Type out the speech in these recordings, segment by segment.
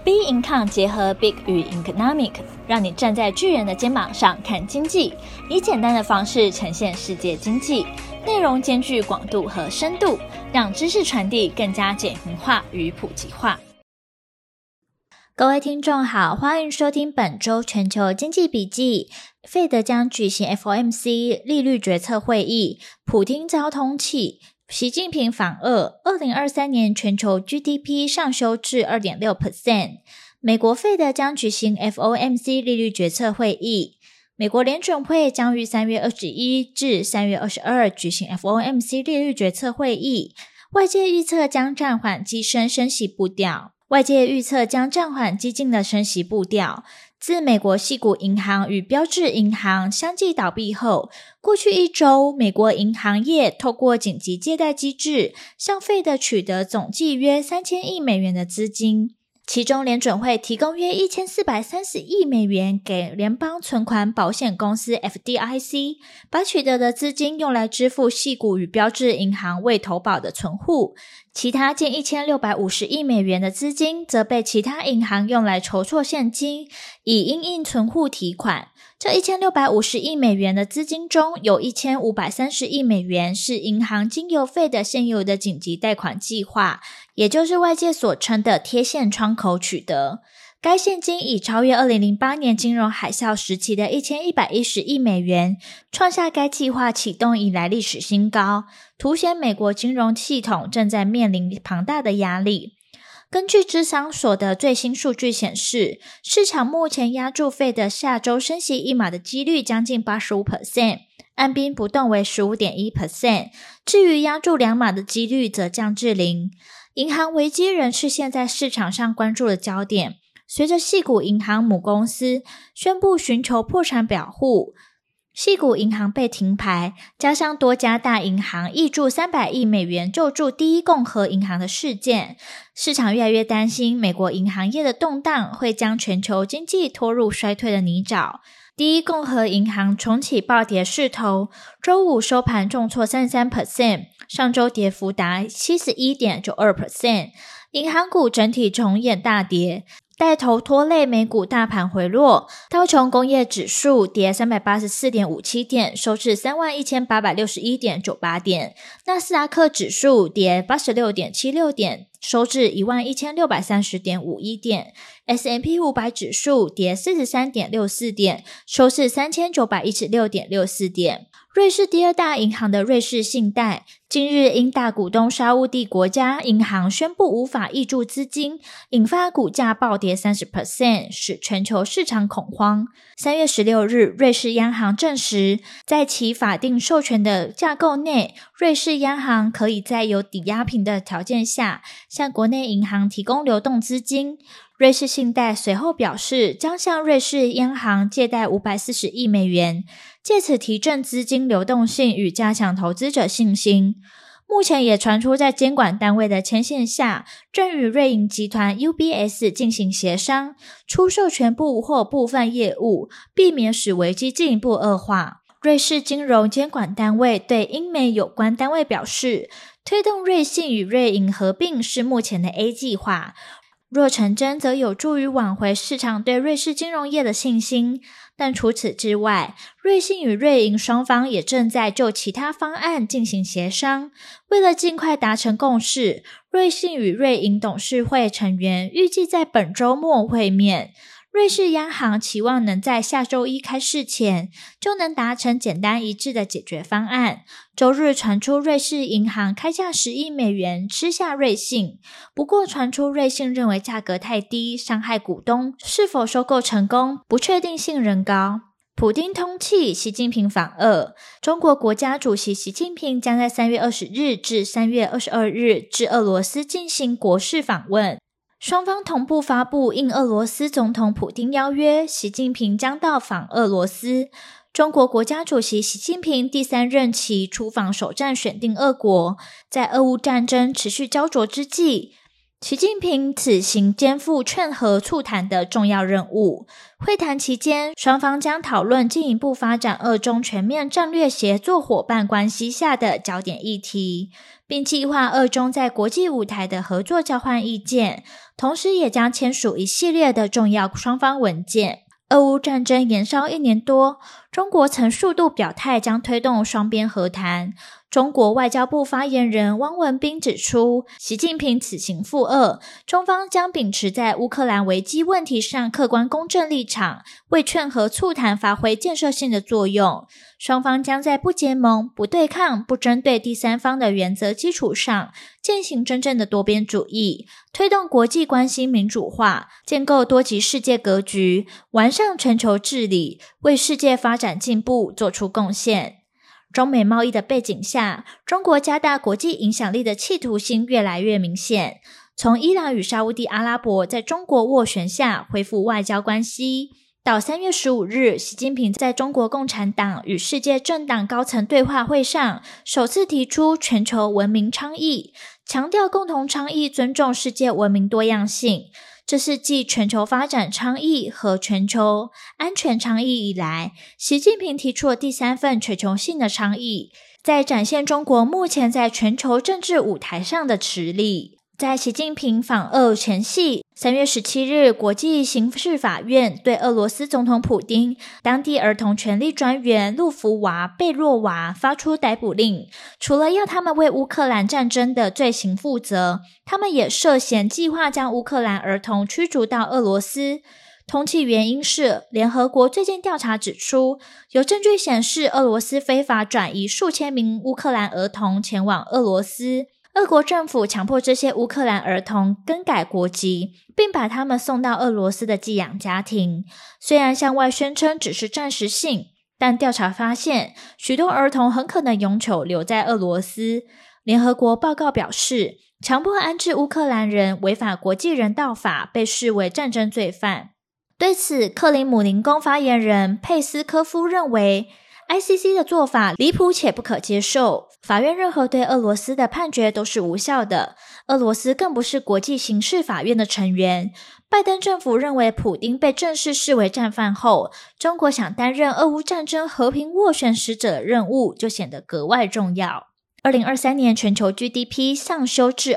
Big Income 结合 Big 与 Economic， 让你站在巨人的肩膀上看经济，以简单的方式呈现世界经济，内容兼具广度和深度，让知识传递更加简明化与普及化。各位听众好，欢迎收听本周全球经济笔记。Fed 将举行 FOMC 利率决策会议，普丁遭通缉，习近平访俄，2023年全球 GDP 上修至 2.6%。美国 Fed 将举行 FOMC 利率决策会议，美国联准会将于3月21至3月22举行 FOMC 利率决策会议，外界预测将暂缓激升息步调。激进的升息步调。自美国矽谷银行与标致银行相继倒闭后，过去一周，美国银行业透过紧急借贷机制，向 Fed 取得总计约3000亿美元的资金。其中联准会提供约1430亿美元给联邦存款保险公司 FDIC， 把取得的资金用来支付矽谷与标致银行未投保的存户，其他近1650亿美元的资金则被其他银行用来筹措现金，以因应存户提款。这1650亿美元的资金中，有1530亿美元是银行经由 Fed 现有的紧急贷款计划，也就是外界所称的贴现窗口取得。该现金已超越2008年金融海啸时期的1110亿美元，创下该计划启动以来历史新高，凸显美国金融系统正在面临庞大的压力。根据芝商所的最新数据显示，市场目前押注 Fed 下周升息一码的几率将近 85%， 按兵不动为 15.1%， 至于押注2码的几率则降至0。银行危机仍是现在市场上关注的焦点。随着矽谷银行母公司宣布寻求破产保护，矽谷银行被停牌，加上多家大银行挹注300亿美元救助第一共和银行的事件，市场越来越担心美国银行业的动荡会将全球经济拖入衰退的泥沼。第一共和银行重启暴跌势头，周五收盘重挫 33%， 上周跌幅达 71.92%， 银行股整体重演大跌，带头拖累美股大盘回落，道琼工业指数跌 384.57 点，收至 31,861.98 点，纳斯达克指数跌 86.76 点，收至 11,630.51 点， S&P 500 指数跌 43.64 点，收至 3,916.64 点。瑞士第二大银行的瑞士信贷近日因大股东沙烏地国家银行宣布无法挹注资金，引发股价暴跌 30%， 使全球市场恐慌。3月16日，瑞士央行证实，在其法定授权的架构内，瑞士央行可以在有抵押品的条件下，向国内银行提供流动资金。瑞士信贷随后表示，将向瑞士央行借贷540亿美元，借此提振资金流动性与加强投资者信心。目前也传出在监管单位的牵线下，正与瑞银集团 UBS 进行协商，出售全部或部分业务，避免使危机进一步恶化。瑞士金融监管单位对英美有关单位表示，推动瑞信与瑞银合并是目前的 A 计划，若成真则有助于挽回市场对瑞士金融业的信心。但除此之外，瑞信与瑞银双方也正在就其他方案进行协商。为了尽快达成共识，瑞信与瑞银董事会成员预计在本周末会面。瑞士央行期望能在下周一开市前就能达成简单一致的解决方案。周日传出瑞士银行开价10亿美元吃下瑞信，不过传出瑞信认为价格太低，伤害股东，是否收购成功不确定性仍高。普丁通缉，习近平访俄。中国国家主席习近平将在3月20日至3月22日至俄罗斯进行国事访问。双方同步发布，应俄罗斯总统普丁邀约，习近平将到访俄罗斯。中国国家主席习近平第3任期出访首站选定俄国，在俄乌战争持续焦灼之际， 习近平此行肩负劝和促谈的重要任务。会谈期间，双方将讨论进一步发展俄中全面战略协作伙伴关系下的焦点议题，并计划俄中在国际舞台的合作交换意见，同时也将签署一系列的重要双方文件。俄乌战争延烧1年多，中国曾数度表态将推动双边和谈。中国外交部发言人汪文斌指出，习近平此行赴俄，中方将秉持在乌克兰危机问题上客观公正立场，为劝和促谈发挥建设性的作用。双方将在不结盟、不对抗、不针对第三方的原则基础上，践行真正的多边主义，推动国际关系民主化，建构多极世界格局，完善全球治理，为世界发展进步做出贡献。中美贸易的背景下，中国加大国际影响力的企图心越来越明显。从伊朗与沙烏地阿拉伯在中国斡旋下恢复外交关系，到3月15日，习近平在中国共产党与世界政党高层对话会上首次提出全球文明倡议，强调共同倡议尊重世界文明多样性。这是继全球发展倡议和全球安全倡议以来，习近平提出了第3份全球性的倡议，在展现中国目前在全球政治舞台上的实力。在习近平访俄前夕，3月17日，国际刑事法院对俄罗斯总统普丁、当地儿童权利专员路福娃·贝洛娃发出逮捕令，除了要他们为乌克兰战争的罪行负责，他们也涉嫌计划将乌克兰儿童驱逐到俄罗斯。通缉原因是，联合国最近调查指出，有证据显示俄罗斯非法转移数千名乌克兰儿童前往俄罗斯。俄国政府强迫这些乌克兰儿童更改国籍，并把他们送到俄罗斯的寄养家庭。虽然向外宣称只是暂时性，但调查发现，许多儿童很可能永久留在俄罗斯。联合国报告表示，强迫安置乌克兰人违反国际人道法，被视为战争罪犯。对此，克林姆林宫发言人佩斯科夫认为，ICC 的做法离谱且不可接受，法院任何对俄罗斯的判决都是无效的，俄罗斯更不是国际刑事法院的成员。拜登政府认为普丁被正式视为战犯后，中国想担任俄乌战争和平斡旋使者的任务就显得格外重要。2023年全球 GDP 上修至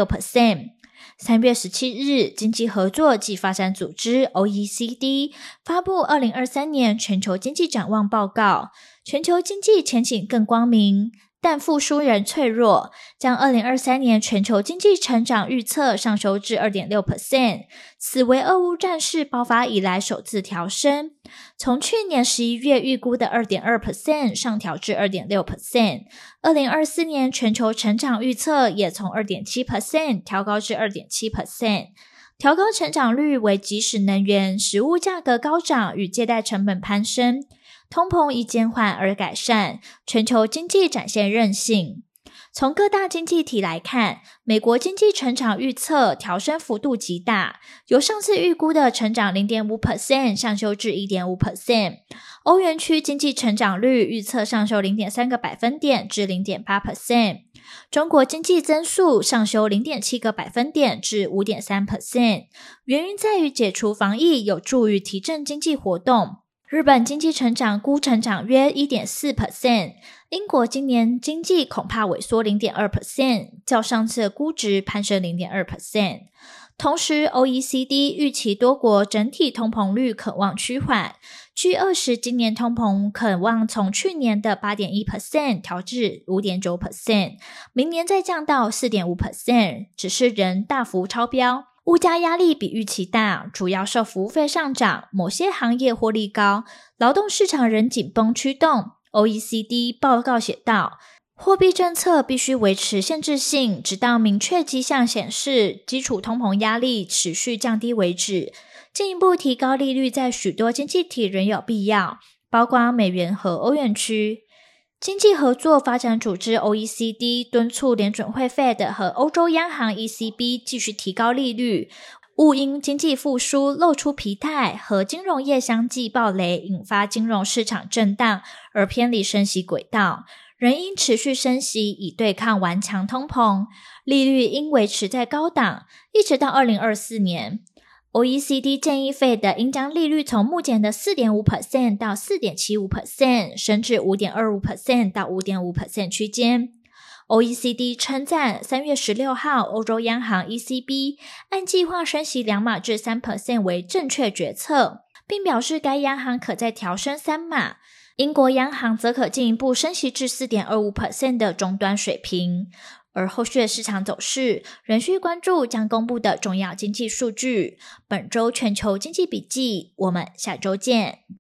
2.6%。3月17日，经济合作及发展组织 OECD 发布2023年全球经济展望报告，全球经济前景更光明，但复苏仍脆弱，将2023年全球经济成长预测上修至 2.6%， 此为俄乌战事爆发以来首次调升，从去年11月预估的 2.2% 上调至 2.6%。 2024年全球成长预测也从 2.7% 调高至 2.7%。 调高成长率为即使能源、食物价格高涨与借贷成本攀升，通膨已减缓而改善，全球经济展现韧性。从各大经济体来看，美国经济成长预测调升幅度极大，由上次预估的成长 0.5% 上修至 1.5%。 欧元区经济成长率预测上修 0.3 个百分点至 0.8%。 中国经济增速上修 0.7 个百分点至 5.3%， 原因在于解除防疫有助于提振经济活动。日本经济成长估成长约 1.4%， 英国今年经济恐怕萎缩 0.2%， 较上次的估值攀升 0.2%。 同时 OECD 预期多国整体通膨率可望趋缓， G20 今年通膨可望从去年的 8.1% 调至 5.9%， 明年再降到 4.5%， 只是仍大幅超标。物价压力比预期大，主要受服务费上涨，某些行业获利高，劳动市场仍紧绷驱动。 OECD 报告写道，货币政策必须维持限制性，直到明确迹象显示基础通膨压力持续降低为止。进一步提高利率在许多经济体仍有必要，包括美元和欧元区。经济合作发展组织 OECD 敦促联准会 Fed 和欧洲央行 ECB 继续提高利率，勿因经济复苏露出疲态和金融业相继暴雷引发金融市场震荡而偏离升息轨道。 仍应持续升息以对抗顽强通膨，利率应维持在高档，一直到2024年。OECD 建议 Fed 应将利率从目前的 4.5% 到 4.75% 升至 5.25% 到 5.5% 区间。OECD 称赞3月16号欧洲央行 ECB 按计划升息2码至 3% 为正确决策，并表示该央行可再调升3码。英国央行则可进一步升息至 4.25% 的终端水平。而后续的市场走势仍需关注将公布的重要经济数据。本周全球经济笔记，我们下周见。